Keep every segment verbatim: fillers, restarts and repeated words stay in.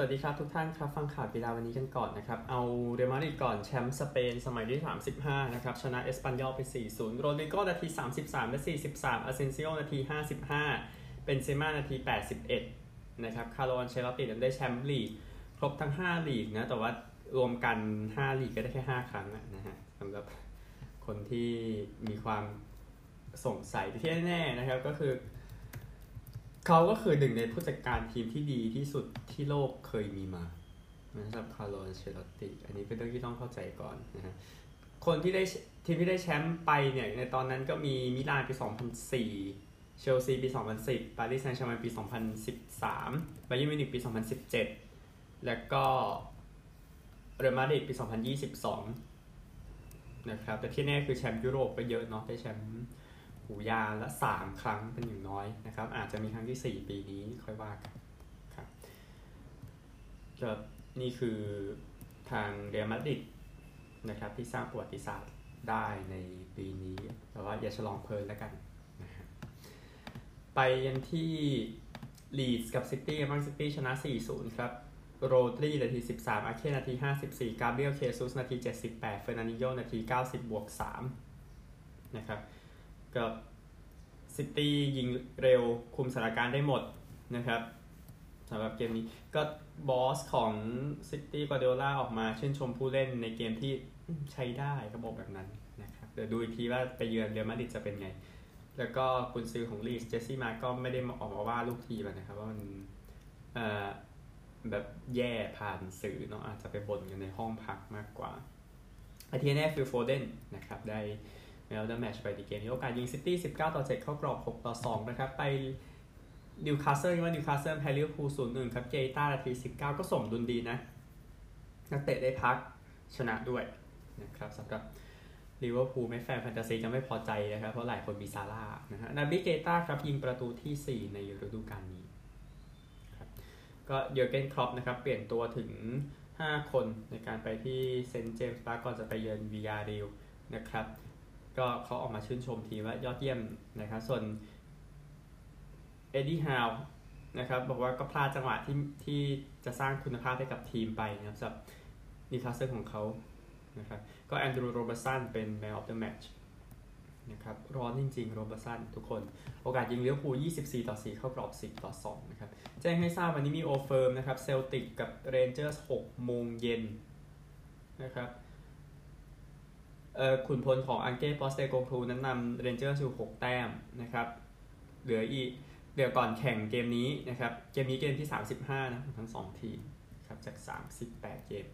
วัสดีครับทุกท่านครับฟังข่าวกีฬาวันนี้กันก่อนนะครับเอาเรอัลมาดริดก่อนแชมป์สเปนสมัยที่สามสิบห้านะครับชนะเอสปันยอลไป สี่ศูนย์ โรดริโกนาทีสามสิบสามและสี่สิบสามอาเซนซิโอนาทีห้าสิบห้าเบนเซม่านาทีแปดสิบเอ็ดนะครับคาร์โล อันเชลอตติได้แชมป์ลีกครบทั้งห้าลีกนะแต่ว่ารวมกันห้าลีกก็ได้แค่ห้าครั้งนะฮะสำหรับคนที่มีความสงสัยที่แน่ๆนะครับก็คือเขาก็คือหนึ่งในผู้จัดการทีมที่ดีที่สุดที่โลกเคยมีมานะครับคาร์โล อันเชลอตติอันนี้เป็นเรื่องที่ต้องเข้าใจก่อนนะฮะคนที่ได้ทีมที่ได้แชมป์ไปเนี่ยในตอนนั้นก็มีมิลานปีสองพันสี่เชลซีปีสองพันสิบปารีสแซงต์แชร์แมงปีสองพันสิบสามบาเยิร์นมิวนิกปีสองพันสิบเจ็ดแล้วก็เรอัลมาดริดปีสองพันยี่สิบสองนะครับแต่ที่แน่คือแชมป์ยุโรปก็เยอะเนาะได้แชมป์หูยาละสามครั้งเป็นอย่างน้อยนะครับอาจจะมีครั้งที่สี่ปีนี้ค่อยว่ากันครับก็นี่คือทางเรอัลมาดริดนะครับที่สร้างประวัติศาสตร์ได้ในปีนี้แต่ว่าอย่าฉลองเพลินแล้วกันนะฮะไปยันที่ลีดส์กับซิตี้บ้างซิตี้ชนะ สี่ศูนย์ ครับโรดรีนาทีสิบสามอาเคนาทีห้าสิบสี่กาเบรียลเคซุสนาทีเจ็ดสิบแปดเฟอร์นันดิโญนาทีเก้าสิบบวกสามนะครับกับซิตี้ยิงเร็วคุมสถานการณ์ได้หมดนะครับสำหรับเกมนี้ก็บอสของซิตี้กวาร์ดิโอลาออกมาชื่นชมผู้เล่นในเกมที่ใช้ได้ก็บอกแบบนั้นนะครับเดี๋ยวดูอีกทีว่าไปเยือนเรอัลมาดริดจะเป็นไงแล้วก็กุนซือของลีสเจสซี่มาก็ไม่ได้ออกมาว่าลูกทีมนะครับว่ามันเอ่อแบบแย่ผ่านสื่อเนาะอาจจะไปบ่นกันในห้องพักมากกว่าไอทีแน่ฟิลโฟเดนนะครับได้แล้วได้แมตช์ไปในเกมนี้โอกาสยิงซิตี้สิบเก้าต่อเจ็ดเข้ากรอบหกต่อสองนะครับไปนิวคาสเซิลว่านิวคาสเซิลแพ้ลิเวอร์พูล ศูนย์หนึ่ง ครับเกต้านาทีสิบเก้าก็สมดุลดีนะนักเตะได้พักชนะด้วยนะครับสำหรับลิเวอร์พูลไม่แฟนแฟนตาซีจะไม่พอใจนะครับเพราะหลายคนมีซาร่านะฮะนาบิเกต้าครับยิงประตูที่สี่ในฤดูกาลนี้ครับก็เยอร์เกนคล็อปนะครับเปลี่ยนตัวถึงห้าคนในการไปที่เซนต์เจมส์พาร์คก่อนจะไปเยือนวิยาเรลนะครับก็เขาออกมาชื่นชมทีมว่ายอดเยี่ยมนะครับส่วนเอ็ดดี้ฮาวนะครับบอกว่าก็พลาดจังหวะที่ที่จะสร้างคุณภาพให้กับทีมไปนะครับสำหรับนิวคาสเซิลของเขานะครับก็แอนดรูว์โรเบอร์สันเป็น Man of the Match นะครับร้อนจริงๆโรเบอร์สันทุกคนโอกาสยิงลิเวอร์พูลยี่สิบสี่ต่อสี่เข้ากรอบสิบต่อสองนะครับแจ้งให้ทราบวันนี้มีโอเฟิร์มนะครับเซลติกกับเรนเจอร์สหกโมงเย็นนะครับเอ่อขุนพลของอังเก้ปอสเตโกครูนั้นนำเรนเจอร์อยู่หกแต้มนะครับเหลืออีกเดี๋ยวก่อนแข่งเกมนี้นะครับเกมนี้เกมที่สามสิบห้านะทั้งสองทีมครับจากสามสิบแปดเกม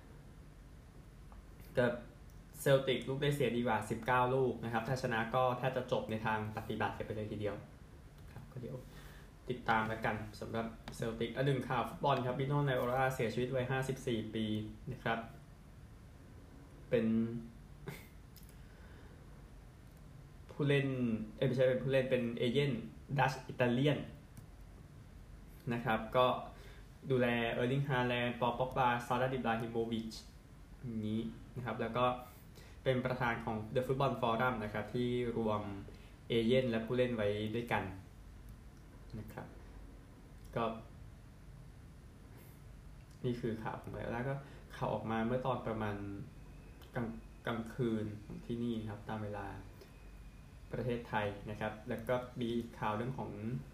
กับเซลติกลูกได้เสียดีกว่าสิบเก้าลูกนะครับถ้าชนะก็แทบจะจบในทางปฏิบัติกันไปเลยทีเดียวครับก็เดี๋ยวติดตามแล้วกันสำหรับเซลติกอันหนึ่งข่าวฟุตบอลครับบิโน่ไนโอราเสียชีวิตวัยห้าสิบสี่ปีนะครับเป็นผู้เล่นเอ้ยไม่ใช่เป็นผู้เล่นเป็นเอเจนต์ดัชอิตาเลียนนะครับก็ดูแลเออร์ลิงฮาแลนด์ปอป็อกบาซาดาดิบราฮิโมวิชนี้นะครับแล้วก็เป็นประธานของ The Football Forum นะครับที่รวมเอเจนต์และผู้เล่นไว้ด้วยกันนะครับก็นี่คือข่าวของเราแล้วก็ข่าวออกมาเมื่อตอนประมาณกลางกลางคืนของที่นี่ครับตามเวลาประเทศไทยนะครับแล้วก็มีข่าวเรื่องของ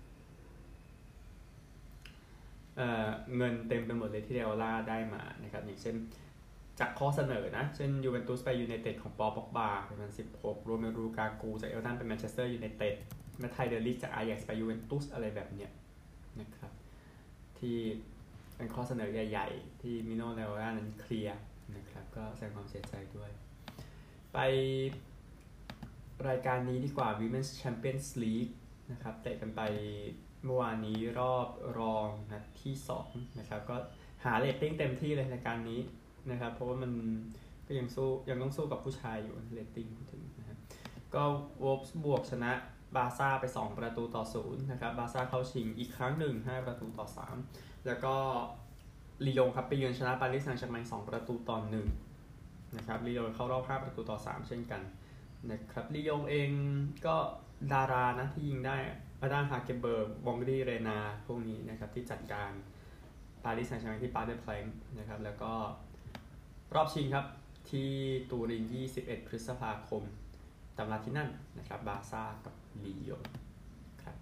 เอ่อเงินเต็มไปหมดเลยที่เรอัลล่าได้มานะครับอย่างเช่นจากข้อเสนอนะเช่นยูเวนตุสไปยูไนเต็ดของปอป็อกบาประมาณสิบหกโรเมรูกากูจากเอเวอร์ตันไปแมนเชสเตอร์ยูไนเต็ดแมทไทเดอริสจากอายักซ์ไปยูเวนตุสอะไรแบบเนี้ยนะครับที่เป็นข้อเสนอใหญ่ๆที่มิโนเรอัลล่านั้นเคลียร์นะครับก็แสดงความเสียใจด้วยไปรายการนี้ดีกว่า Women's Champions League นะครับเตะกันไปเมื่อวานนี้รอบรองนัดที่สองนะครับก็หาเรตติ้งเต็มที่เลยรายการนี้นะครับเพราะว่ามันก็ยังสู้ยังต้องสู้กับผู้ชายอยู่เรตติ้งพูดถึงนะครับก็วอล์ฟส์บวกชนะบาร์ซ่าไปสองประตูต่อศูนย์นะครับบาร์ซ่าเข้าชิงอีกครั้งหนึ่งห้าประตูต่อสามแล้วก็ลียงครับไปเยือนชนะปารีสแซงต์แชร์แมงสองประตูต่อหนึ่งนะครับลียงเข้ารอบห้าประตูต่อสามเช่นกันนะครับลียงเองก็ดารานะที่ยิงได้อาดามฮาเกเบิร์กบองรีเรนาพวกนี้นะครับที่จัดการปารีสแซงต์แชร์แมงที่ปาร์คเดอแพลงค์นะครับแล้วก็รอบชิงครับที่ตูรินยี่สิบเอ็ดพฤษภาคมตำราที่นั่นนะครับบาร์ซ่ากับลียงครับ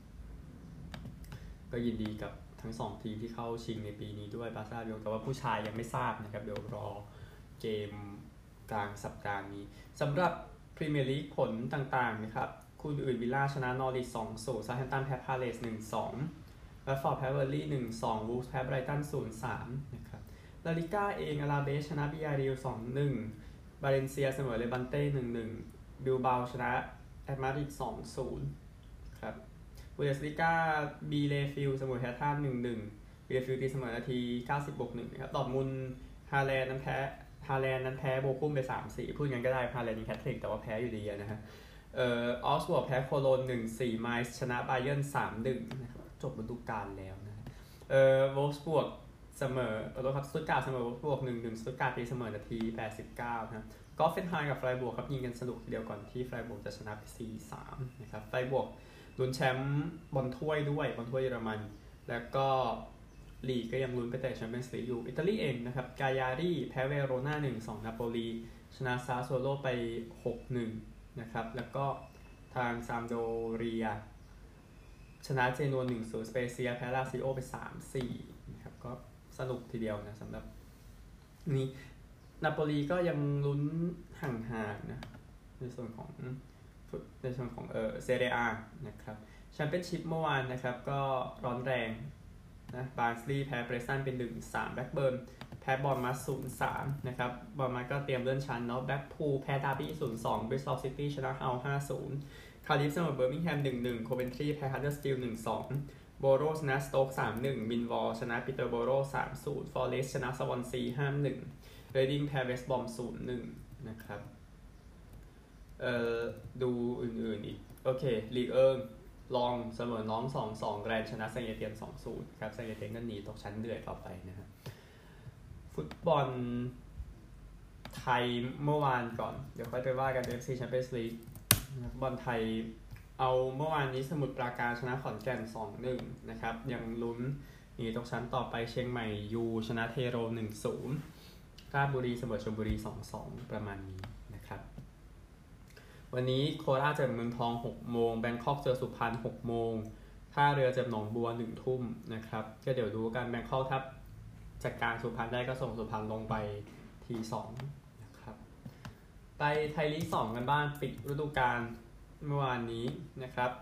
ก็ยินดีกับทั้งสองทีมที่เข้าชิงในปีนี้ด้วยบาร์ซ่าลียงแต่ว่าผู้ชายยังไม่ทราบนะครับเดี๋ยวรอเกมกลางสัปดาห์นี้สำหรับพรีเมียร์ลีกผลต่างๆนะครับคู่อื่นวิลล่าชนะนอริท สองศูนย์ ซาแฮมป์ตันแพ้พาเลส หนึ่งสอง แรดฟอร์ดแพ้เบอร์ลี่ หนึ่งสอง วูลฟส์แพ้ไบรตัน ศูนย์สาม นะครับลาลิก้าเองอาราเบสชนะบิยาริล สองหนึ่ง บาเลนเซียเสมอเลบันเต้ หนึ่งหนึ่ง บิลบาชนะแอตมาดริด สองศูนย์ ครับบูเดสลิก้าบีเลฟิลเสมอแฮท่า หนึ่งหนึ่ง บีเลฟิลตีเสมอนาทีเก้าสิบบวกหนึ่งนะครับดอร์ทมุนด์ฮาแลนด์นั้นแพ้ฮาแลนด์นั้นแพ้โบคุมไป สามสี่ พูดงั้นก็ได้ฮาแลนด์มีแฮตทริกแต่ว่าแพ้อยู่ดีนะฮะเอ่อออสบวกแพ้โคโลน หนึ่งสี่ ไมซ์ชนะบาเยิร์น สามหนึ่ง นะครับจบฤดูกาลแล้วนะเอ่อโวลฟสบวกเสมอเออครับสตุตการ์ดเสมอโวลฟสบวก หนึ่งหนึ่ง สตุตการ์ดตีเสมอนาทีแปดสิบเก้านะครับก็เฟนไฮกับไฟบวกครับยิงกันสนุกทีเดียวก่อนที่ไฟบวกจะชนะไป สี่สาม นะครับไฟบวกลุ้นแชมป์บอลถ้วยด้วยบอลถ้วยเยอรมันแล้วก็ลีกก็ยังลุ้นไปแต่แชมเปี้ยนส์ลีกอยู่อิตาลีเองนะครับกายารีแพ้เวโรนา หนึ่งสอง นาโปลีชนะซาโซโลไป หกหนึ่ง นะครับแล้วก็ทางซามโดเรียชนะเจนัว หนึ่งศูนย์ สเปเซียแพ้ลาซิโอไป สามสี่ นะครับก็สนุกทีเดียวนะสำหรับนี่นาโปลีก็ยังลุ้นห่างๆนะในส่วนของในส่วนของเออเซเรียนะครับแชมเปี้ยนชิพเมื่อวานนะครับก็ร้อนแรงนะบาร์นลีย์แพ้เบรซันเป็น หนึ่งสาม แบล็กเบิร์นแพ้บอลมาส ศูนย์สาม นะครับบอลมาก็เตรียมเลื่อนชั้นเนาะแบล็กพูลแพ้ดาร์บี้ ศูนย์สอง บริสตอลซิตี้ชนะเอา ห้าศูนย์ คาร์ดิฟเสมอเบอร์มิงแฮม หนึ่งหนึ่ง โคเวนทรีแพ้ฮัดเดอร์สติล หนึ่งสอง โบโรชนะสโต๊ก สามหนึ่ง มินวอลชนะปีเตอร์โบโร สามศูนย์ ฟอเรสต์ชนะสวอนซี ห้าหนึ่ง เรดดิ้งแพ้เวสต์บอม ศูนย์หนึ่ง นะครับเอ่อดูอื่นๆอีกโอเคลีกเอิงลองเสมอน้อง สองสอง แกรนชนะไซเอเทียน สองศูนย์ ครับไซเอเทียนก็หนีตกชั้นเดือดต่อไปนะครับฟุตบอลไทยเมื่อวานก่อนเดี๋ยวค่อยไปว่ากัน เอฟ ซี Champions League ฟุตบอลไทยเอาเมื่อวานนี้สมุทรปราการชนะขอนแก่น สองหนึ่ง นะครับยังลุ้นหนีตกชั้นต่อไปเชียงใหม่ยูชนะเทโร หนึ่งศูนย์ ราชบุรีเสมอชลบุรี สองสอง ประมาณนี้นะครับวันนี้โคราชเจอเมืองทอง หกโมงแบงคอกเจอสุพรรณ หกโมงท่าเรือเจอหนองบัว หนึ่งทุ่มนะครับก็เดี๋ยวดูกันแบงคอกครับจัดการสุพรรณได้ก็ส่งสุพรรณลงไปทีสองนะครับไปไทยลีกสองกันบ้างปิดฤดูกาลเมื่อวานนี้นะครับ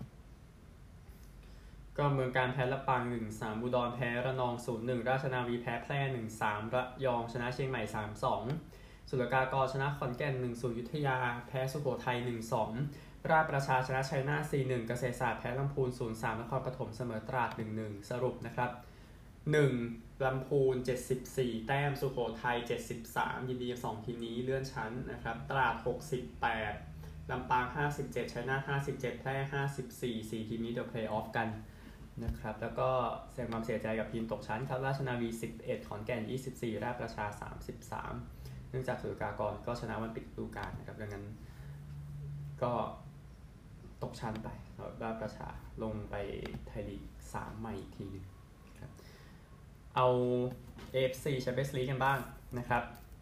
ก็เมืองการแพ้ลำปาง หนึ่งสาม อุดรแพ้ระนอง ศูนย์หนึ่ง ราชนาวีแพ้แพร่ หนึ่งสาม ระยองชนะเชียงใหม่ สามสอง สุรกากรชนะขอนแก่น หนึ่งศูนย์ ยุธยาแพ้สุโขทัย หนึ่งสอง ราชประชาชนะชัยนาท สี่หนึ่ง เกษตรศาสตร์แพ้ลำพูน ศูนย์สาม นครปฐมเสมอตราด หนึ่งหนึ่ง สรุปนะครับหนึ่งลำพูนเจ็ดสิบสี่แต้มสุโขทัยเจ็ดสิบสามยินดีกับสองทีมนี้เลื่อนชั้นนะครับตราดหกสิบแปดลำปางห้าสิบเจ็ดชัยนาทห้าสิบเจ็ดแพร่ห้าสิบสี่ สี่ทีมนี้เดี๋ยวเพลย์ออฟกันนะครับแล้วก็แสดงความเสียใจกับทีมตกชั้นครับราชนาวีสิบเอ็ดขอนแก่นยี่สิบสี่ราชประชาสามสิบสามเนื่องจากสุรกากรก็ชนะวันปิดฤดูกาลนะครับดังนั้นก็ตกชั้นไปราชประชาลงไปไทยลีกสามใหม่อีกทีนึงครับเอา เอ เอฟ ซี Champions League กันบ้างนะครับ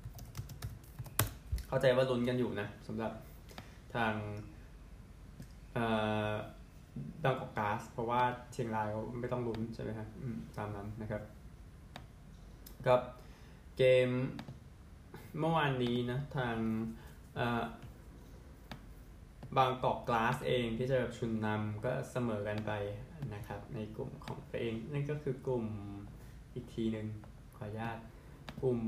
เข้าใจว่าลุ้นกันอยู่นะสำหรับทางเอ่อบางกอกก๊าซเพราะว่าเชียงรายเขาไม่ต้องลุ้นใช่ไหมครับตามนั้นนะครับกับเกมเมื่อวานนี้นะทางบางกอกก๊าซเองที่เจอกับชุนนำก็เสมอกันไปนะครับในกลุ่มของตัวเองนั่นก็คือกลุ่มอีกทีหนึ่งขออนุญาตกลุ่ม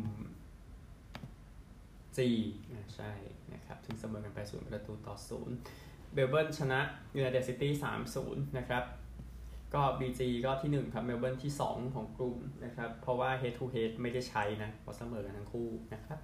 G ใช่นะครับถึงเสมอกันไปศูนย์ประตูต่อศูนย์เบลเบิร์นชนะยูไนเต็ดซิตี้ สามศูนย์ นะครับก็ บี จี ก็ที่หนึ่งครับเมลเบิร์นที่สองของกลุ่มนะครับเพราะว่า head to head ไม่ได้ใช้นะเพราะเสมอกันทั้งคู่นะครับ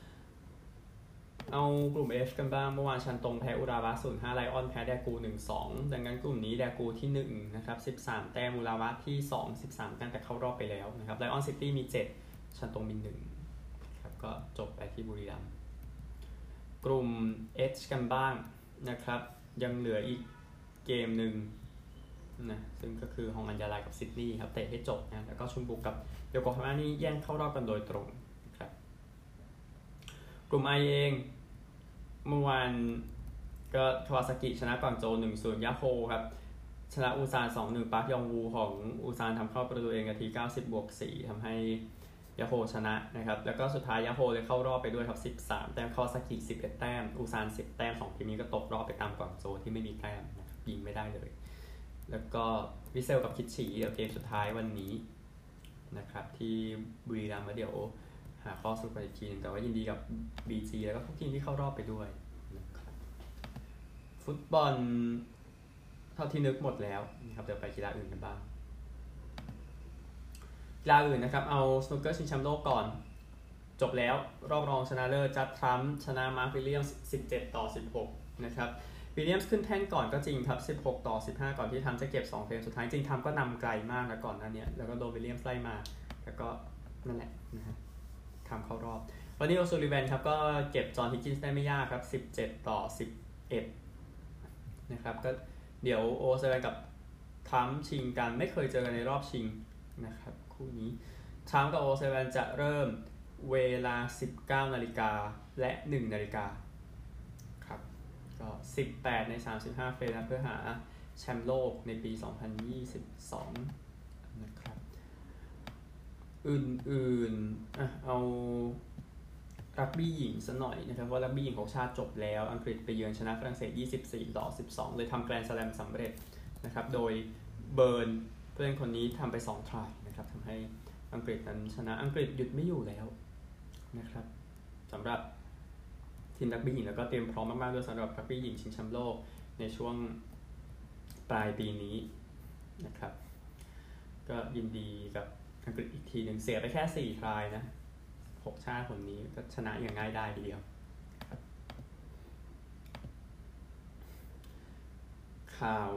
เอากลุ่ม F กันบ้างเมื่อวานชันตงแพ้อุราวะ ศูนย์ห้า ไลออนแพ้แดกู หนึ่งสอง ดังนั้นกลุ่มนี้แดกูที่หนึ่งนะครับสิบสามแต้มอุราวะที่สอง สิบสามแต้มแต่เข้ารอบไปแล้วนะครับไลออนซิตี้มีเจ็ดชันตงมีหนึ่งครับก็จบไปที่บุรีรัมย์กลุ่ม H กันบ้างนะครับยังเหลืออีกเกมหนึ่งนะซึ่งก็คือฮองอัญญาลายกับซิดนีย์ครับเตะให้จบนะแล้วก็ชุนบุกกับโยโกฮาม่านี่แย่งเข้ารอบกันโดยตรงครับกลุ่ม I เองเมื่อวานก็คาวาซากิชนะกวางโจว หนึ่งศูนย์ ยาโฮครับชนะอูซาน สองหนึ่ง ปาร์คยองวูของอูซานทำเข้าประตูเองนาทีเก้าสิบบวกสี่ทำให้ยาโฮชนะนะครับแล้วก็สุดท้ายยาโฮเลยเข้ารอบไปด้วยครับสิบสามแต้มคาวาซากิสิบเอ็ดแต้มอูซานสิบแต้มสองทีมนี้ก็ตกรอบไปตามกวางโจวที่ไม่มีแต้มนะครับยิงไม่ได้เลยแล้วก็วิเซลกับคิดฉีเดี๋ยวเกมสุดท้ายวันนี้นะครับที่บุรีรัมย์เดี๋ยวหาข้อสรุปกันอีกทีนึงแต่ว่ายินดีกับ บี จี แล้วก็ทุกทีมที่เข้ารอบไปด้วยนะครับฟุตบอลเท่าที่นึกหมดแล้วนะครับเดี๋ยวไปกีฬาอื่นกันบ้างกีฬาอื่นนะครับเอาสนุกเกอร์ชิงแชมป์โลกก่อนจบแล้วรอบรองชนะเลิศจัดทรัมป์ชนะมาร์ควิลเลียมส์สิบเจ็ดต่อสิบหกนะครับวิลเลียมส์ขึ้นแท่นก่อนก็จริงครับสิบหกต่อสิบห้าก่อนที่ทรัมป์จะเก็บสองเฟรมสุดท้ายจริงทรัมป์ก็นำไกลมากนะก่อนหน้านี้แล้วก็โดนวิลเลียมส์ไล่มาแล้วก็นั่นแหละนะฮะทำเข้ารอบวันนี้โอซูลิแวนครับก็เก็บจอห์นฮิกกินส์ได้ไม่ยากครับสิบเจ็ดต่อสิบเอ็ดนะครับก็เดี๋ยวโอซูลิแวนกับทรัมป์ชิงกันไม่เคยเจอกันในรอบชิงนะครับคู่นี้ทรัมป์กับโอซูลิแวนจะเริ่มเวลา สิบเก้านาฬิกา และ หนึ่งนาฬิกาครับก็สิบแปดในสามสิบห้าเฟรมเพื่อหาแชมป์โลกในปีสองพันยี่สิบสองนะครับอื่นๆอ่ะเอารักบี้หญิงซะหน่อยนะครับว่ารักบี้หญิงของชาติจบแล้วอังกฤษไปเยือนชนะฝรั่งเศสยี่สิบสี่ต่อสิบสองเลยทำแกรนด์สแลมสำเร็จนะครับโดยเบิร์นเพื่อนคนนี้ทำไปสองทรายนะครับทำให้อังกฤษนั้นชนะอังกฤษหยุดไม่อยู่แล้วนะครับสำหรับทีมรักบี้หญิงแล้วก็เตรียมพร้อมมากๆด้วยสำหรับรักบี้หญิงชิงแชมป์โลกในช่วงปลายปีนี้นะครับก็ยินดีกับอังกฤษอีกทีหนึ่งเสียไปแค่สี่ทรายนะหกชาติคนนี้ก็ชนะอย่างง่ายได้ทีเดียวข่าว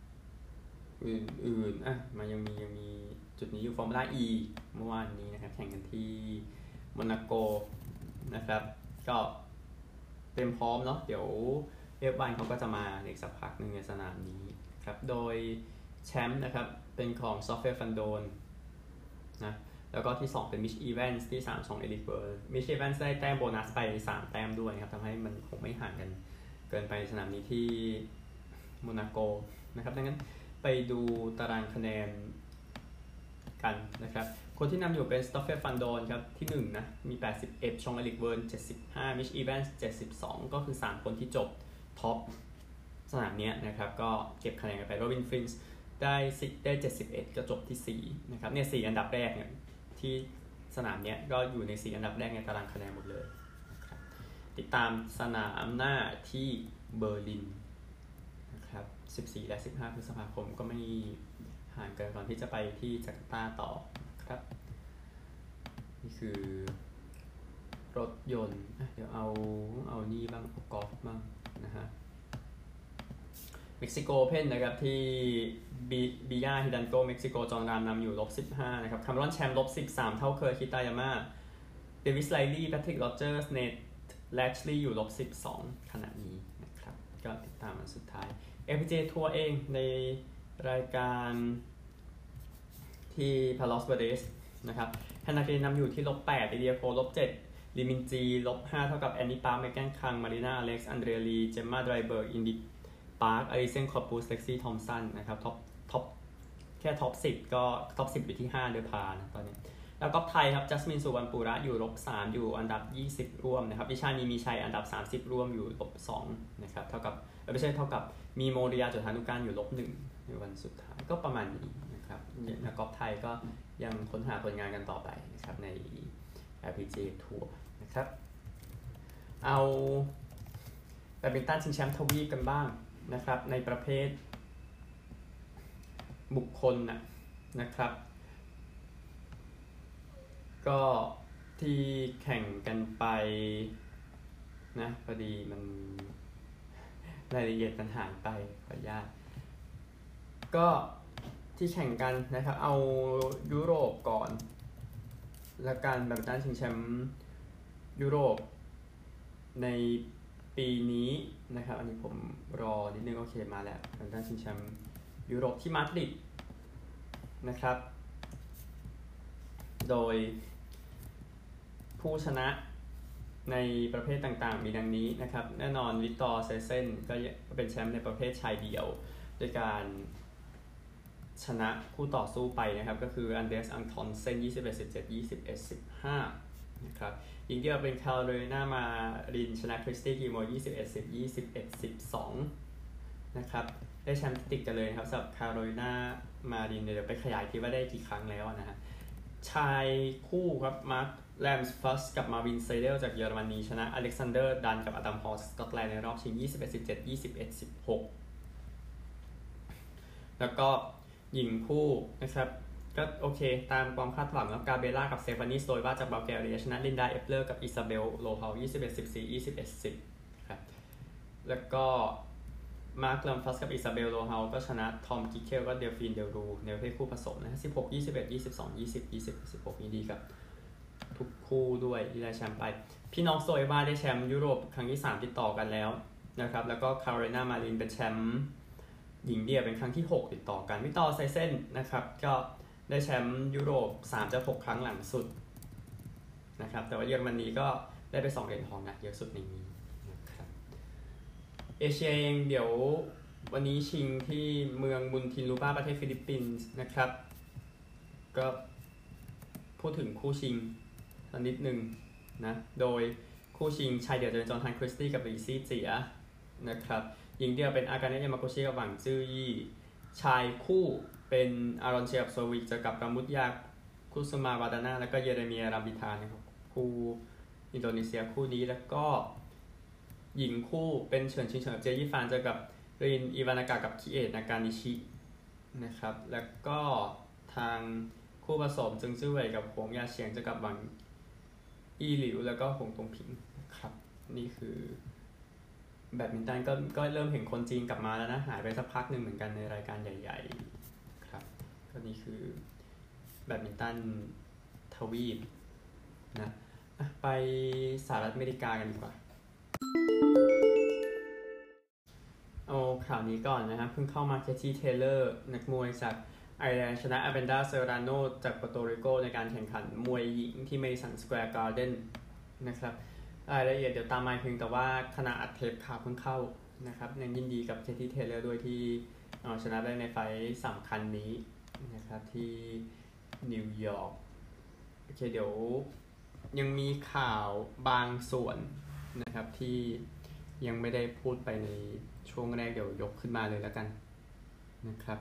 อื่นๆอ่ะมายังมียังมีจุดนี้อยู่ฟอร์มูล่า E เมื่อวานนี้นะครับแข่งกันที่โมนาโกนะครับก็เต็มพร้อมเนาะเดี๋ยวเอฟวันเขาก็จะมาในสักพักหนึ่งในสนามนี้ครับโดยแชมป์นะครับเป็นของซอฟเฟอร์ฟันโดนนะแล้วก็ที่สองเป็นมิชอีแวนส์ที่สามของเอลิเบิร์ดมิชอีแวนส์ได้แต้มโบนัสไปสามแต้มด้วยครับทำให้มันคงไม่ห่างกันเกินไปสนามนี้ที่โมนาโกนะครับดังนั้นไปดูตารางคะแนนกันนะครับคนที่นำอยู่เป็นสตอฟเฟอร์ฟันโดนครับที่หนึ่งนะมีแปดสิบเอ็ดชองเอลิเบิร์ดเจ็ดสิบห้ามิชอีแวนส์เจ็ดสิบสองก็คือสามคนที่จบท็อปสนามนี้นะครับก็เก็บคะแนนกันไปโรบินฟรินส์ได้ได้เจ็ดสิบเอ็ดก็จบที่สี่นะครับเนี่ยสี่อันดับแรกเนี่ยที่สนามนี้ก็อยู่ในสี่อันดับแรกในตารางคะแนนหมดเลยนะครับติดตามสนามหน้าที่เบอร์ลินนะครับสิบสี่และสิบห้าพฤษภาคมก็ไม่ห่างเกินก่อนที่จะไปที่จาการ์ตาต่อครับนี่คือรถยนต์เดี๋ยวเอาเอานี่บ้างเอากอล์ฟบ้างนะฮะเม็กซิโกเพนนะครับที่บีบิยาฮิดันโกเม็กซิโกจองรามนำอยู่ลบสิบห้านะครับคาร์มรอนแชมป์ลบสิบสามเท่าเคอร์คิตายาม่าเดวิสไลลี่แพทริกโรเจอร์สเนทแลชลีย์อยู่ลบสิบสองขณะนี้นะครับก็ติดตามอันสุดท้าย เอ พี เจ ทัวร์เองในรายการที่พาลอสเบเดสนะครับแฮนนาเกนนำอยู่ที่ลบแปดเอเดียโคลบเจ็ดลิมินจีลบห้าเท่ากับแอนนี่ปาร์คเมแกนคังมารีนาอเล็กซ์อันเดรียลีเจมมาไดรเบิร์กอินดิปาร์คอลิเซนคอร์ปูสเล็กซี่ทอมสันนะครับท็อปท็อปแค่ท็อปสิบก็ท็อปสิบอยู่ที่ห้าโดยพานะตอนนี้แล้วก็ไทยครับจัสมินสุวรรณปุระอยู่ลบสามอยู่อันดับยี่สิบร่วมนะครับวิชานีมีชัยอันดับสามสิบร่วมอยู่ลบสองนะครับเท่ากับไม่ใช่เท่ากับมีโมเรียจุฑานุการอยู่ลบหนึ่งในวันสุดท้ายก็ประมาณนี้นะครับนักกอล์ฟไทยก็ยังค้นหาผลงานกันต่อไปนะครับใน แอล พี จี ทัวร์นะครับเอาแบดมินตันชิงแชมป์ทวีปกันบ้างนะครับในประเภทบุคคลนะนะครับก็ที่แข่งกันไปนะพอดีมันรายละเอียดมันหายไปขออนุญาตก็ที่แข่งกันนะครับเอายุโรปก่อนและการแบดมินตันชิงแชมป์ยุโรปในปีนี้นะครับอันนี้ผมรอนิดนึงโอเคมาแล้วแบดมินตันชิงแชมป์ยุโรปที่มาดริดนะครับโดยผู้ชนะในประเภทต่างๆมีดังนี้นะครับแน่นอนวิกตอร์เซเซนก็เป็นแชมป์ในประเภทชายเดี่ยวด้วยการชนะคู่ต่อสู้ไปนะครับก็คืออันเดรสอังทอนเซนยี่สิบเอ็ด สิบเจ็ด ยี่สิบเอ็ด สิบห้านะครับหญิงเดี่ยวเป็นแคโรไลนามารินชนะคริสตี้กิโมยี่สิบเอ็ด สิบ ยี่สิบเอ็ด สิบสองนะครับได้แชมป์ติดกันเลยครับสำหรับแคโรไลนามารินเดี๋ยวไปขยายที่ว่าได้กี่ครั้งแล้วนะฮะชายคู่ครับมาร์คแรมส์ฟัสกับมาวินเซเดลจากเยอรมนีชนะอเล็กซานเดอร์ดันกับอดัมฮอร์สสกอตแลนด์ในรอบชิงยี่สิบเอ็ด สิบเจ็ด ยี่สิบเอ็ด สิบหกแล้วก็หญิงคู่นะครับก็โอเคตามความคาดหวังแล้วกาเบล่ากับเซฟานีสโตยว่าจากบัลแกเรียชนะลินดาเอฟเลอร์กับอิซาเบลโลเฮายี่สิบเอ็ด สิบสี่ ยี่สิบเอ็ด สิบครับแล้วก็มาร์คลัมฟัสกับอิซาเบลโลเฮาก็ชนะทอมกิเคลก็เดลฟินเดลรูในประเภทคู่ผสมนะสิบหก ยี่สิบเอ็ด ยี่สิบสอง ยี่สิบ ยี่สิบ สิบหกนี่ดีครับทุกคู่ด้วยที่ได้แชมป์ไปพี่น้องโซเอวาได้แชมป์ยุโรปครั้งที่สามติดต่อกันแล้วนะครับแล้วก็คาโรไลนามารินเป็นแชมป์หญิงเดี่ยวเป็นครั้งที่หกติดต่อกันวิกตอร์ไซเซนนะครับก็ได้แชมป์ยุโรปสามจากหกครั้งหลังสุดนะครับแต่ว่าเยอรมนีก็ได้ไปสองเหรียญทองนะเยอะสุดในนี้นะครับเอเชียเองเดี๋ยววันนี้ชิงที่เมืองมุนทินลูปาประเทศฟิลิปปินส์นะครับก็พูดถึงคู่ชิงสักนิดนึงนะโดยคู่ชิงชายเดี่ยวจะเป็นจอห์นฮันคริสตี้กับลีซี่เจียนะครับหญิงเดี่ยวเป็นอากาเนะยามาโกชิกับหวังจื้อยี่ชายคู่เป็นอารอนเชียบโซวิกจะกับรามุตยาคุสมาวาดานาและก็เยเรเมียราบิทานะครับคู่อินโดนีเซียคู่นี้แล้วก็หญิงคู่เป็นเฉินชิงเฉินกับเจยี่ฟานเจอกับรินอิวานากะกับคิเอะนากานิชินะครับแล้วก็ทางคู่ผสมจึงจื้อเว่ยกับหงยาเฉียงเจอกับหวังอีหลิวแล้วก็หงตงผิงนะครับนี่คือแบดมินตันก็ก็เริ่มเห็นคนจีนกลับมาแล้วนะหายไปสักพักหนึ่งเหมือนกันในรายการใหญ่ๆครับก็นี่คือแบดมินตันทวีปนะไปสหรัฐอเมริกากันดีกว่าเอาข่าวนี้ก่อนนะครับเพิ่งเข้ามาเคที่เทเลอร์นักมวยจากไอร์แลนด์ชนะอาเบนดาเซราโนจากปอร์โตริโกในการแข่งขันมวยหญิงที่เมดิสันสแควร์การ์เด้นนะครับรายละเอียดเดี๋ยวตามมาเพียงแต่ว่าขณะอัดเทปข่าวเพิ่งเข้านะครับยังยินดีกับเคที่เทเลอร์ด้วยที่ชนะได้ในไฟท์สำคัญนี้นะครับที่นิวยอร์กโอเคเดี๋ยวยังมีข่าวบางส่วนนะครับที่ยังไม่ได้พูดไปในช่วงแรกเดี๋ยวยกขึ้นมาเลยแล้วกันนะครับ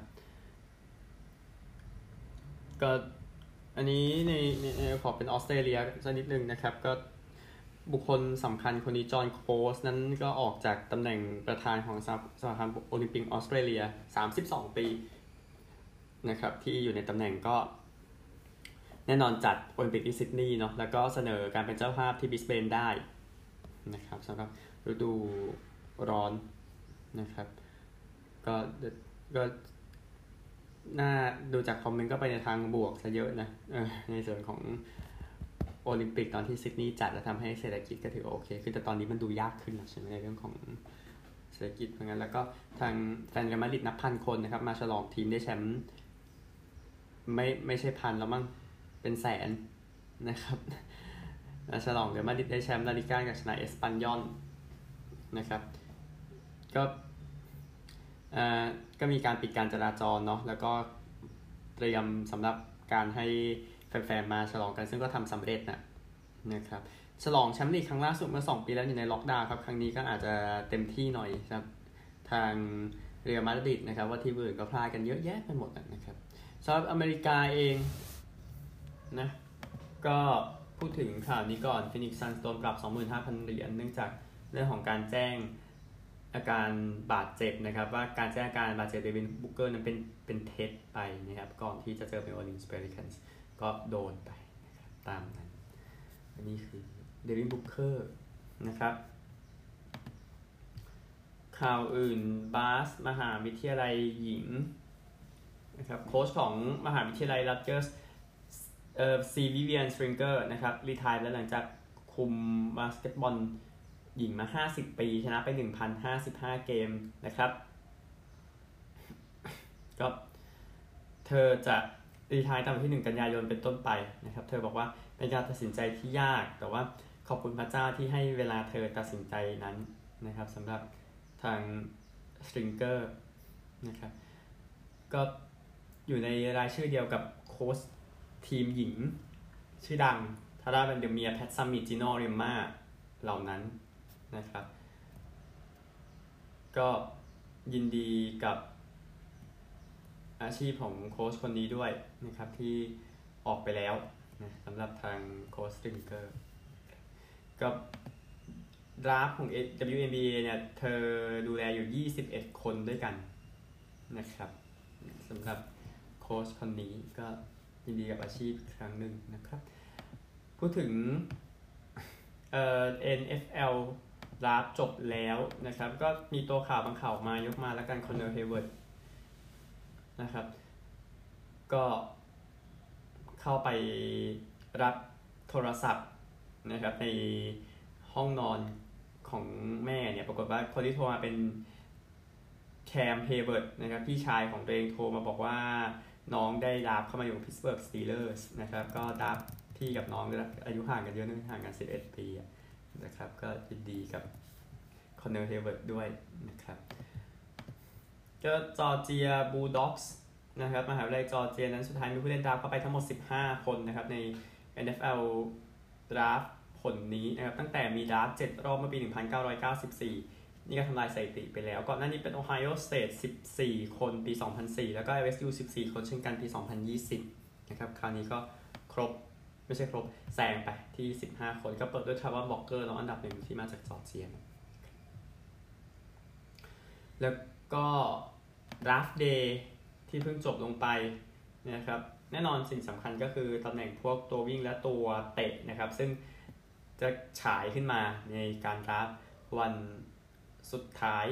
ก็อันนี้ในในขอเป็นออสเตรเลียสักนิดนึงนะครับก็บุคคลสำคัญคนนี้จอห์นโคสนั้นก็ออกจากตำแหน่งประธานของสหพันธ์โอลิมปิกออสเตรเลียสามสิบสองปีนะครับที่อยู่ในตำแหน่งก็แน่นอนจัดโอลิมปิกที่ซิดนีย์เนาะแล้วก็เสนอการเป็นเจ้าภาพที่บริสเบนได้นะครับสำหรับฤดูร้อนนะครับก็ก็น่าดูจากคอมเมนต์ก็ไปในทางบวกซะเยอะนะเออในส่วนของโอลิมปิกตอนที่ซิดนีย์จัดแล้วทำให้เศรษฐกิจก็ถือโอเคขึ้นแต่ตอนนี้มันดูยากขึ้นแล้วใช่ไหมในเรื่องของเศรษฐกิจเพราะงั้นแล้วก็ทางแฟนเรอัลมาดริดนับพันคนนะครับมาฉลองทีมได้แชมป์ไม่ไม่ใช่พันแล้วมั้งเป็นแสนนะครับมาฉลองเรอัลมาดริดได้แชมป์ลาลิก้ากับชนะเอสปันยอลนะครับก็อ่าก็มีการปิดการจราจรเนาะแล้วก็เตรียมสำหรับการให้แฟนๆมาฉลองกันซึ่งก็ทำสำเร็จนะนะครับฉลองแชมป์ลีกครั้งล่าสุดเมื่อสองปีแล้วอยู่ในล็อกดาวน์ครับครั้งนี้ก็อาจจะเต็มที่หน่อยครับทางเรอัลมาดริดนะครับว่าทีมอื่นก็พลาดกันเยอะแยะไปหมดนะครับสำหรับอเมริกาเองนะก็พูดถึงข่าวนี้ก่อนฟินิกซ์ซันส์โดนปรับ สองหมื่นห้าพัน เหรียญเนื่องจากเรื่องของการแจ้งอาการบาดเจ็บนะครับว่าการแจ้งอาการบาดเจ็บเดวินบุกเกอร์นั้นเป็นเป็นเท็จไปนะครับก่อนที่จะเจอเป็นโอลิมปิกเปริคันส์ก็โดนไปนะครับตามนั้นอันนี้คือเดวินบุกเกอร์นะครับข่าวอื่นบาสมหาวิทยาลัยหญิงนะครับโค้ชของมหาวิทยาลัยรัตเกอร์สเอ่อซีวิเวียนสตริงเกอร์นะครับรีไทร์แล้วหลังจากคุมบาสเกตบอลหญิงมาห้าสิบปีชนะไป หนึ่งพันห้าสิบห้า เกมนะครับก็เธอจะรีไทร์ตามวันที่หนึ่งกันยายนเป็นต้นไปนะครับเธอบอกว่าเป็นการตัดสินใจที่ยากแต่ว่าขอบคุณพระเจ้าที่ให้เวลาเธอตัดสินใจนั้นนะครับสำหรับทางสตริงเกอร์นะครับก็อยู่ในรายชื่อเดียวกับโค้ชทีมหญิงชื่อดังทาร่าแวนเดอร์เมียร์แพทซัมมิจิโนเรมม่าเหล่านั้นนะครับก็ยินดีกับอาชีพของโค้ชคนนี้ด้วยนะครับที่ออกไปแล้วนะสำหรับทางโค้ชสตริงเกอร์กับดราฟของ ดับเบิลยู เอ็น บี เอ เนี่ยเธอดูแลอยู่ยี่สิบเอ็ดคนด้วยกันนะครับสำหรับโค้ชคนนี้ก็ยินดีกับอาชีพครั้งหนึ่งนะครับพูดถึงเอ่อ เอ็น เอฟ แอล ดราฟจบแล้วนะครับก็มีตัวข่าวบางข่าวมายกมาแล้วกันคอนเนอร์ เฮเวิร์ดนะครับก็เข้าไปรับโทรศัพท์นะครับในห้องนอนของแม่เนี่ยปรากฏว่าคนที่โทรมาเป็นแคม เฮเวิร์ดนะครับพี่ชายของตัวเองโทรมาบอกว่าน้องได้ดราฟเข้ามาอยู่พิตต์สเบิร์ก สตีลเลอร์สนะครับก็ดราฟพี่กับน้องอายุห่างกันเยอะนึงห่างกันสิบเอ็ดปีนะครับก็ยินดีกับคอนเนอร์ เฮเวิร์ดด้วยนะครับก็จอร์เจียบูลด็อกส์นะครับมหาวิทยาลัยจอร์เจียนั้นสุดท้ายมีผู้เล่นดราฟเข้าไปทั้งหมดสิบห้าคนนะครับใน เอ็น เอฟ แอล ดราฟผลนี้นะครับตั้งแต่มีดราฟเจ็ดรอบเมื่อปีหนึ่งพันเก้าร้อยเก้าสิบสี่นี่ก็ทำลายสถิติไปแล้วก่อนหน้านี้เป็น Ohio State สิบสี่คนปีสองพันสี่แล้วก็ แอล เอส ยู สิบสี่คนเช่นกันปีสองพันยี่สิบนะครับคราวนี้ก็ครบไม่ใช่ครบแซงไปที่สิบห้าคนก็เปิดด้วยทาวาร์ บล็อกเกอร์น้องอันดับหนึ่งที่มาจากจอร์เจียแล้วก็ดราฟเดย์ที่เพิ่งจบลงไปนะครับแน่นอนสิ่งสำคัญก็คือตำแหน่งพวกตัววิ่งและตัวเตะนะครับซึ่งจะฉายขึ้นมาในการดราฟวันสุดท้าย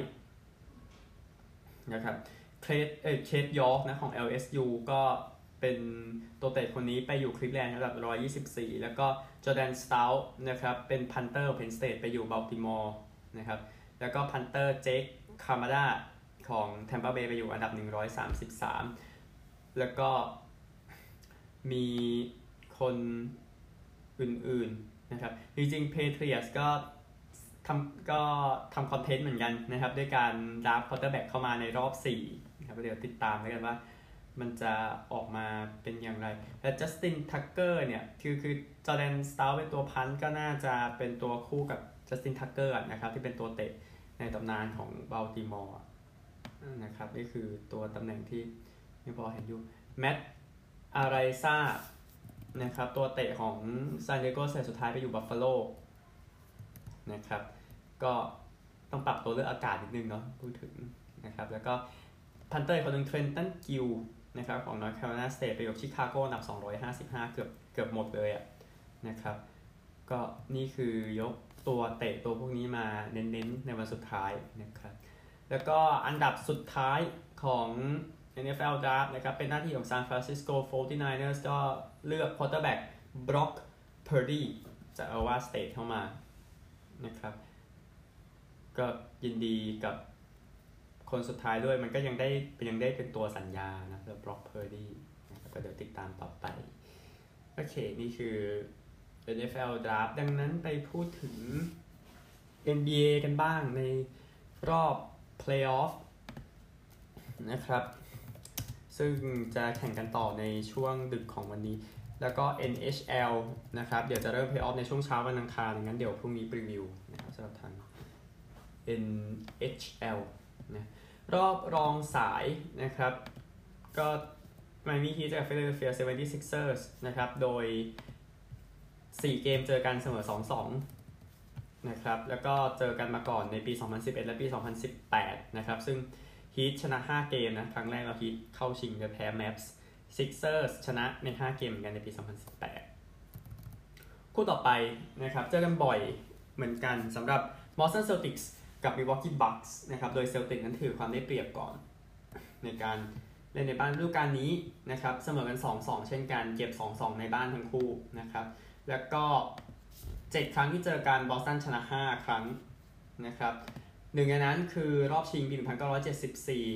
นะครับเคทเอ่อเคทยอร์กนะของ แอล เอส ยู ก็เป็นตัวเตะคนนี้ไปอยู่คลิฟแลนด์ระดับหนึ่งร้อยยี่สิบสี่แล้วก็จอร์แดนสตาวท์นะครับเป็นพันเตอร์เพนสเตทไปอยู่บัลติมอร์นะครับแล้วก็พันเตอร์เจคคามาดาของแทมปาเบย์ไปอยู่อันดับหนึ่งร้อยสามสิบสามแล้วก็มีคนอื่นๆนะครับจริงๆ Patriots ก็ทำก็ทำคอนเทนต์เหมือนกันนะครับด้วยการดราฟควอเตอร์แบ็กเข้ามาในรอบสี่นะครับเดี๋ยวติดตามแล้วกันว่ามันจะออกมาเป็นอย่างไรและจัสตินทักเกอร์เนี่ยคือคือจอร์แดนสตาวเป็นตัวพันก็น่าจะเป็นตัวคู่กับจัสตินทักเกอร์นะครับที่เป็นตัวเตะในตำนานของบัลติมอร์นะครับนี่คือตัวตำแหน่งที่ยังพอเห็นอยู่แมตต์อาไรซ่านะครับตัวเตะของซานดิเอโกเซตสุดท้ายไปอยู่บัฟฟาโลนะครับก็ต้องปรับตัวเลือกอากาศนิดนึงเนาะพูดถึงนะครับแล้วก็พันเตอร์คนนึงเทรนตันกิลนะครับของนอร์ทแคโรไลนาสเตทไปอยู่ชิคาโกอันดับสองร้อยห้าสิบห้าเกือบเกือบหมดเลยอ่ะนะครับก็นี่คือยกตัวเตะตัวพวกนี้มาเน้นๆในวันสุดท้ายนะครับแล้วก็อันดับสุดท้ายของ เอ็น เอฟ แอล Draft นะครับเป็นหน้าที่ของ San Francisco ฟอร์ตี้ไนเนอร์ส ก็เลือก quarterback Brock Purdy จาก Iowa State เข้ามานะครับก็ยินดีกับคนสุดท้ายด้วยมันก็ยังได้ยังได้เป็นตัวสัญญานะแล้ว Brock Purdy นะครับก็เดี๋ยวติดตามต่อไปโอเคนี่คือ เอ็น เอฟ แอล Draft ดังนั้นไปพูดถึง เอ็น บี เอ กันบ้างในรอบ Playoff นะครับซึ่งจะแข่งกันต่อในช่วงดึกของวันนี้แล้วก็ เอ็น เอช แอล นะครับเดี๋ยวจะเริ่ม Playoff ในช่วงเช้าวันอังคารงั้นเดี๋ยวพรุ่งนี้รีวิวนะครับสำหรับทาง เอ็น เอช แอล นะรอบรองสายนะครับก็ไมอามี่ฮีทเจอกับ Philadelphia เซเวนตี้ซิกเซอร์ส นะครับโดยสี่เกมเจอกันเสมอ สองสอง นะครับแล้วก็เจอกันมาก่อนในปีสองพันสิบเอ็ดและปีสองพันสิบแปดนะครับซึ่งฮีทชนะห้าเกมนะครั้งแรกเราฮีทเข้าชิงจะแพ้ Mavs Sixers ชนะในห้าเกมเหมือนกันในปีสองพันสิบแปดคู่ต่อไปนะครับเจอกันบ่อยเหมือนกันสำหรับ Boston Celtics กับ Milwaukee Bucks นะครับโดย Celtics นั้นถือความได้เปรียบก่อนในการเล่นในบ้านฤดูกาลนี้นะครับเสมอกัน สองสอง เช่นกันเก็บ สองสอง ในบ้านทั้งคู่นะครับแล้วก็เจ็ดครั้งที่เจอกันบอสตันชนะห้าครั้งนะครับหนึ่งในนั้นคือรอบชิงปีหนึ่งพันเก้าร้อยเจ็ดสิบสี่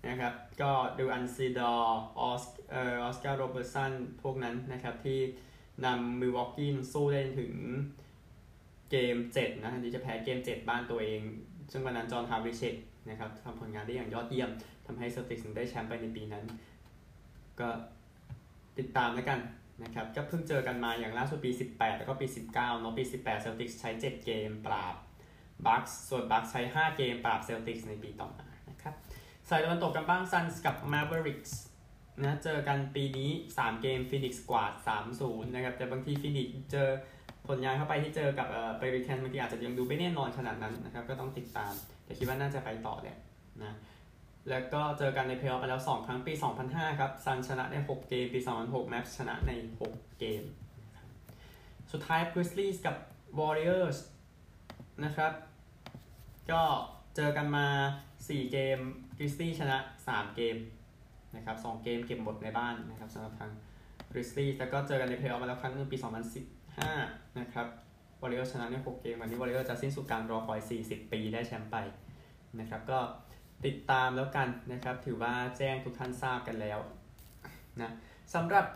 นะครับก็ดูอันซีดอร์ออสเอ่อออสการ์โรเบอร์สันพวกนั้นนะครับที่นำมิลวอกกี้สู้ได้ถึงเกมเจ็ดนะที่จะแพ้เกมเจ็ดบ้านตัวเองซึ่งวันนั้นจอห์นฮาวิเชกนะครับทำผลงานได้อย่างยอดเยี่ยมทำให้เซลติกส์ได้แชมป์ไปในปีนั้นก็ติดตามแล้วกันนะครับก็เพิ่งเจอกันมาอย่างล่าสุดปีสิบแปดแล้วก็ปีสิบเก้าเนาะปีสิบแปดเซลติกส์ใช้เจ็ดเกมปราบบัคส์ส่วนบัคส์ใช้ห้าเกมปราบเซลติกส์ในปีต่อมานะครับสายตะวันตกกันบ้างซันส์กับ Mavericks นะเจอกันปีนี้สามเกมฟินิกส์กวาด สามศูนย์ นะครับแต่บางทีฟินิกส์เจอผลงานเข้าไปที่เจอกับเอ่อเปริแคนบางทีอาจจะยังดูไม่แน่นอนขนาดนั้นนะครับก็ต้องติดตามแต่คิดว่าน่าจะไปต่อแหละนะแล้วก็เจอกันในเพลย์ออฟไปแล้วสองครั้งปีสองพันห้าครับซันชนะในหกเกมปีสองพันหกแมปชนะในหกเกมสุดท้าย Grizzlies กับ Warriors นะครับก็เจอกันมาสี่เกม Grizzlies ชนะสามเกมนะครับสองเกมเก็บหมดในบ้านนะครับสำหรับทาง Grizzlies แล้วก็เจอกันในเพลย์ออฟมาแล้วครั้งนึงปีสองพันสิบห้านะครับ Warriors ชนะในหกเกมวันนี้ Warriors จะสิ้นสุดการรอคอยสี่สิบปีได้แชมป์ไปนะครับก็ติดตามแล้วกันนะครับถือว่าแจ้งทุกท่านทราบกันแล้วนะสำหรับ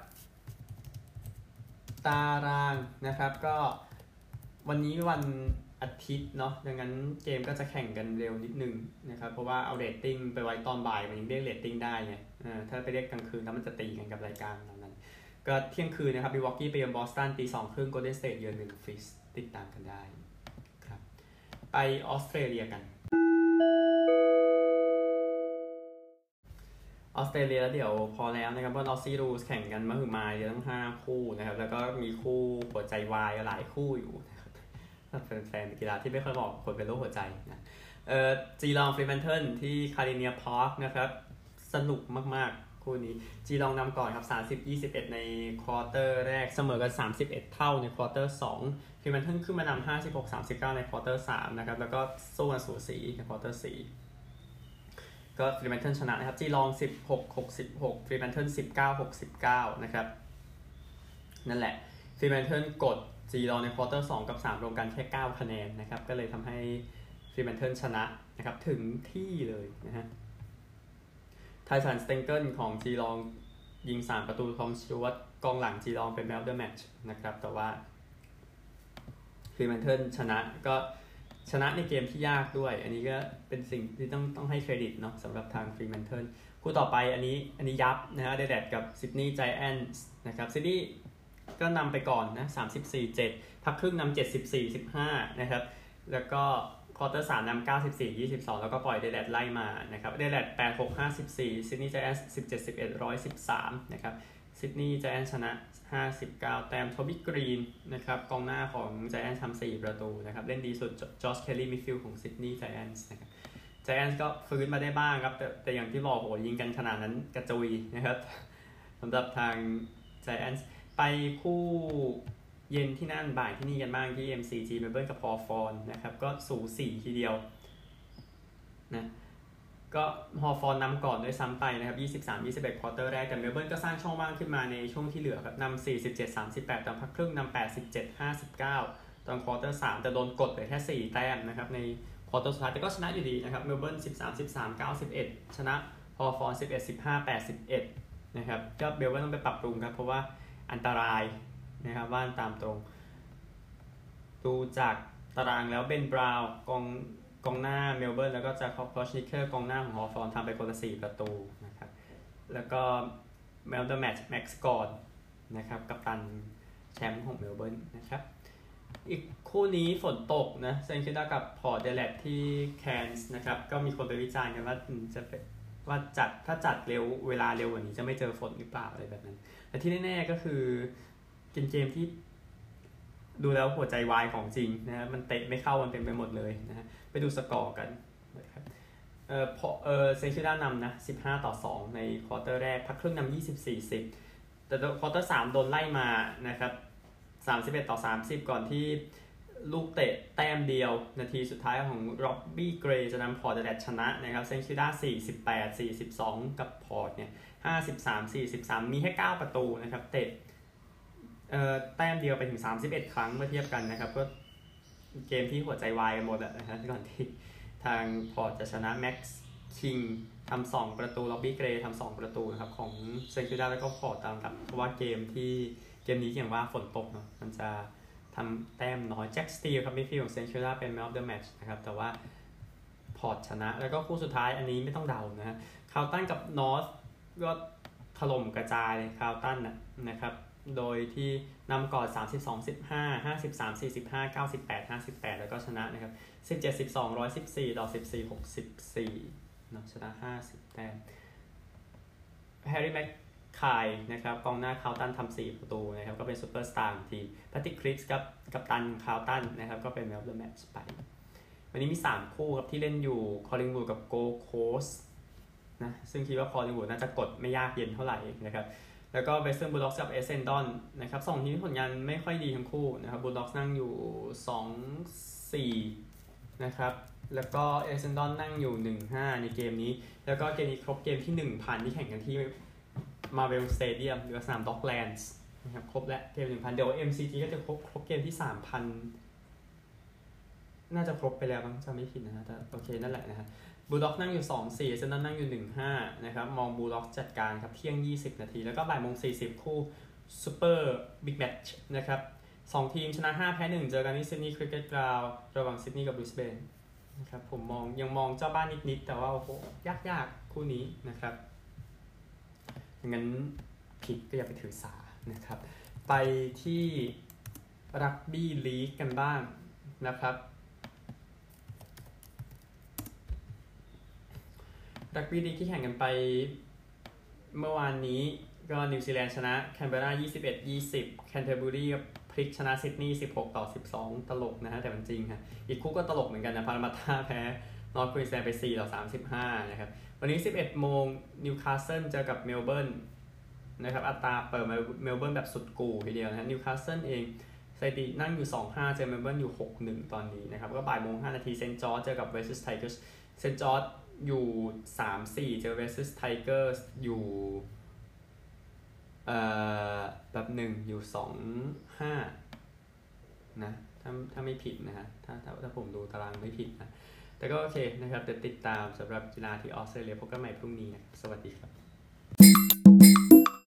ตารางนะครับก็วันนี้วันอาทิตย์เนาะดังนั้นเกมก็จะแข่งกันเร็วนิดนึงนะครับเพราะว่าเอาเรตติ้งไปไว้ตอนบ่ายมันยังเรียกเรตติ้งได้ไงถ้าไปเรียกกลางคืนแล้วมันจะตีกันกับรายการนั้นก็เที่ยงคืนนะครับมิลวอกกี้ไปเยือนบอสตันตีสองครึ่งโกลเด้นสเตทเยือนเมมฟิสติดตามกันได้ครับไปออสเตรเลียกันออสเตรเลียแล้วเดี๋ยวพอแล้วนะครับเพราะออสซี่รูสแข่งกันมาคือมาเยอะทั้งห้าคู่นะครับแล้วก็มีคู่หัวใจวายหลายคู่อยู่นะครับแฟนๆกีฬาที่ไม่ค่อยบอกคนเป็นโรคหัวใจนะเอ่อจีลองฟรีแมนเทิลที่คาริเนียพาร์คนะครับสนุกมากๆคู่นี้จีลองนำก่อนครับสามสิบ ยี่สิบเอ็ดในควอเตอร์แรกเสมอกันสามสิบเอ็ดเท่าในควอเตอร์สองฟรีแมนเทิลขึ้นมานำห้าสิบหก สามสิบเก้าในควอเตอร์สามนะครับแล้วก็สู้กันสูสีในควอเตอร์สี่ก็ฟรีแมนเทิลชนะนะครับจีลองสิบหก หกสิบหกฟรีแมนเทิลสิบเก้า หกสิบเก้านะครับนั่นแหละฟรีแมนเทิลกดจีลองในควอเตอร์สองกับสามรวมกันแค่เก้าคะแนนนะครับก็เลยทำให้ฟรีแมนเทิลชนะนะครับถึงที่เลยนะฮะไทสันสเตนเกิลของจีลองยิงสามประตูทอมสจ๊วตกองหลังจีลองเป็นแมนออฟเดอะแมตช์นะครับแต่ว่าฟรีแมนเทิลชนะก็ชนะในเกมที่ยากด้วยอันนี้ก็เป็นสิ่งที่ต้องต้องให้เครดิตเนาะสำหรับทางฟรีแมนเทิลคู่ต่อไปอันนี้อันนี้ยับนะฮะเดแดดกับซิดนีย์ไจแอนท์นะครับซิดนีย์ก็นำไปก่อนนะสามสิบสี่ เจ็ดพักครึ่งนำเจ็ดสิบสี่ สิบห้านะครับแล้วก็ควอเตอร์สามนำเก้าสิบสี่ ยี่สิบสองแล้วก็ปล่อยเดแดดไล่มานะครับเดแดดแปด หก ห้าสิบสี่ซิดนีย์ไจแอนท์สิบเจ็ด สิบเอ็ด หนึ่งร้อยสิบสามนะครับซิดนีย์ไจแอนท์ชนะห้าสิบเก้าแต้มโทบี้กรีนนะครับกองหน้าของไจแอนท์ทำสี่ประตูนะครับเล่นดีสุดจอชเคลลี่มิดฟิลด์ของซิดนีย์ไจแอนท์นะครับไจแอนท์ก็ฟื้นมาได้บ้างครับแต่แต่อย่างที่บอกโหยิงกันขนาดนั้นกระจุยนะครับสำหรับทางไจแอนท์ไปคู่เย็นที่นั่นบ่ายที่นี่กันบ้างที่ เอ็ม ซี จี เมลเบิร์นกับพอฟอนนะครับก็สูสีทีเดียวนะก็ฮอฟอนนำก่อนด้วยซ้ำไปนะครับยี่สิบสาม ยี่สิบเอ็ดควอเตอร์แรกแต่เมลเบิร์นก็สร้างช่องว่างขึ้นมาในช่วงที่เหลือครับนำสี่สิบเจ็ด สามสิบแปดตอนพักครึ่งนำแปดสิบเจ็ด ห้าสิบเก้าตอนควอเตอร์สามแต่โดนกดเหลือแค่สี่แต้มนะครับในควอเตอร์สุดท้ายแต่ก็ชนะอยู่ดีนะครับเมลเบิร์นสิบสาม สิบสาม เก้า สิบเอ็ดชนะฮอฟอนสิบเอ็ด สิบห้า แปด สิบเอ็ดนะครับก็เมลเบิร์นต้องไปปรับปรุงครับเพราะว่าอันตรายนะครับว่านตามตรงดูจากตารางแล้วเบนบราวน์กองกองหน้าเมลเบิร์นแล้วก็จาคอบคลอชนิเคอร์กองหน้าของฮอฟอนทำไปคนละสี่ประตูนะครับแล้วก็เมลเดอร์แมตช์แม็กซ์กอร์ดนะครับกัปตันแชมป์ของเมลเบิร์นนะครับอีกคู่นี้ฝนตกนะเซนคิด้ากับพอร์ตเดลเลตที่แคนส์นะครับก็มีคนไปวิจารณ์กันว่าจะเป็นว่าจัดถ้าจัดเร็วเวลาเร็วกว่านี้จะไม่เจอฝนหรือเปล่าอะไรแบบนั้นแต่ที่แน่ๆก็คือเป็นเกมที่ดูแล้วหัวใจวายของจริงนะฮะมันเตะไม่เข้ามันเต็มไปหมดเลยนะฮะไปดูสกอร์กันนะครับเอ่อพอเอ่อเซนคิด้านำนะสิบห้าต่อสองในควอเตอร์แรกพักครึ่งนำยี่สิบสี่ สิบแต่ควอเตอร์สามโดนไล่มานะครับสามสิบเอ็ดต่อสามสิบก่อนที่ลูกเตะแต้มเดียวนาทีสุดท้ายของร็อบบี้เกรย์จะนำพอร์ตเดลเลตชนะนะครับเซนคิด้าสี่สิบแปด สี่สิบสองกับพอร์ตเนี่ยห้าสิบสาม สี่สิบสามมีแค่เก้าประตูนะครับเตะเอ่อแต้มเดียวไปถึงสามสิบเอ็ดครั้งเมื่อเทียบกันนะครับก็เกมที่หัวใจวายกันหมดนะฮะก่อนที่ทางพอร์ตจะชนะแม็กซ์คิงทำสองประตูล็อบบี้เกรย์ทำสองประตูนะครับของเซนต์คิวด้าแล้วก็พอร์ตตามลำดับเพราะว่าเกมที่เกมนี้อย่างว่าฝนตกเนาะมันจะทำแต้มน้อยแจ็คสตีลครับมิดฟิลด์ของเซนต์คิวด้าเป็น Man of the Match นะครับแต่ว่าพอร์ตชนะแล้วก็คู่สุดท้ายอันนี้ไม่ต้องเดานะฮะคาวตันกับนอร์ทก็ถล่มกระจายเลยคาวตันนะครับโดยที่นำก่อนสามสิบสอง สิบห้า ห้าสิบสาม สี่สิบห้า เก้าสิบแปด ห้าสิบแปดแล้วก็ชนะนะครับสิบเจ็ด สิบสอง หนึ่งร้อยสิบสี่ต่อสิบสี่ หกสิบสี่เนาะชนะห้าสิบแต้มแฮร์รี่แม็กคายนะครับกองหน้าคาวตันทำสี่ประตูนะครับก็เป็นซูเปอร์สตาร์ของทีมแพทริกคริสกับกัปตันคาวตันนะครับก็เป็นแมตช์เดอะแมตช์ไปวันนี้มีสามคู่ครับที่เล่นอยู่คอลลิงวูดกับโกลด์โคสต์นะซึ่งคิดว่าคอลลิงวูดน่าจะกดไม่ยากเย็นเท่าไหร่นะครับแล้วก็เวสเทิร์นบูลด็อกส์กับเอเซนดอนนะครับสองทีมผลงานไม่ค่อยดีทั้งคู่นะครับบูลด็อกส์นั่งอยู่สอง สี่ นะครับแล้วก็เอเซนดอนนั่งอยู่หนึ่ง ห้าในเกมนี้แล้วก็เกมนี้ครบเกมที่ หนึ่งพัน ที่แข่งกันที่มาเวลสเตเดียมหรือสนามด็อกแลนด์นะครับครบและเกม หนึ่งพัน เดี๋ยว เอ็ม ซี จี ก็จะครบครบเกมที่ สามพัน น่าจะครบไปแล้วบ้างจะไม่ผิดนะฮะแต่โอเคนั่นแหละนะฮะบูลด็อกนั่งอยู่ สอง สี่ เอเซนดอนนั่งอยู่ หนึ่ง ห้า นะครับมองบูลด็อกจัดการครับเที่ยงยี่สิบนาทีแล้วก็บ่ายโมงสี่สิบคู่ซูเปอร์บิ๊กแมตช์นะครับสองทีมชนะห้าแพ้หนึ่งเจอกันที่ซิดนีย์คริกเก็ตกราวด์ระหว่างซิดนีย์กับบริสเบนนะครับผมมองยังมองเจ้าบ้านนิดๆแต่ว่าโอ้โหยากๆคู่นี้นะครับงั้นผิดก็อย่าไปถือสานะครับไปที่รักบี้ลีกกันบ้างนะครับรักบี้ลีกที่แข่งกันไปเมื่อวานนี้ก็นิวซีแลนด์ชนะแคนเบอร์รา ยี่สิบเอ็ด ยี่สิบ แคนเทอร์เบอรีพลิกชนะซิดนีย์สิบหกต่อสิบสองตลกนะฮะแต่มันจริงฮะอีกคู่ก็ตลกเหมือนกันนะพารามาธาแพ้นอร์ทควีนส์แลนด์ไปสี่ต่อสามสิบห้านะครับวันนี้ สิบเอ็ดโมงนิวคาสเซิลเจอกับเมลเบิร์นนะครับอัตราเปิดมาเมลเบิร์นแบบสุดกูทีเดียวนะฮะนิวคาสเซิลเองสถิตินั่งอยู่ สอง ห้า เจอเมลเบิร์นอยู่ หก หนึ่ง ตอนนี้นะครับก็บ่ายโมงห้านาทีเซนต์จอร์จเจอกับเวสต์ไทเกอร์สเซนต์จอร์จอยู่ สาม สี่ เจอเวสต์ไทเกอร์สอยู่เอ่อแบบหนึ่งอยู่ สอง ห้า นะถ้าถ้าไม่ผิดนะฮะถ้าถ้าถ้าผมดูตารางไม่ผิดนะแต่ก็โอเคนะครับเดี๋ยวติดตามสำหรับกีฬาที่ออสเตรเลียพบกันใหม่พรุ่งนี้นะสวัสดีครับ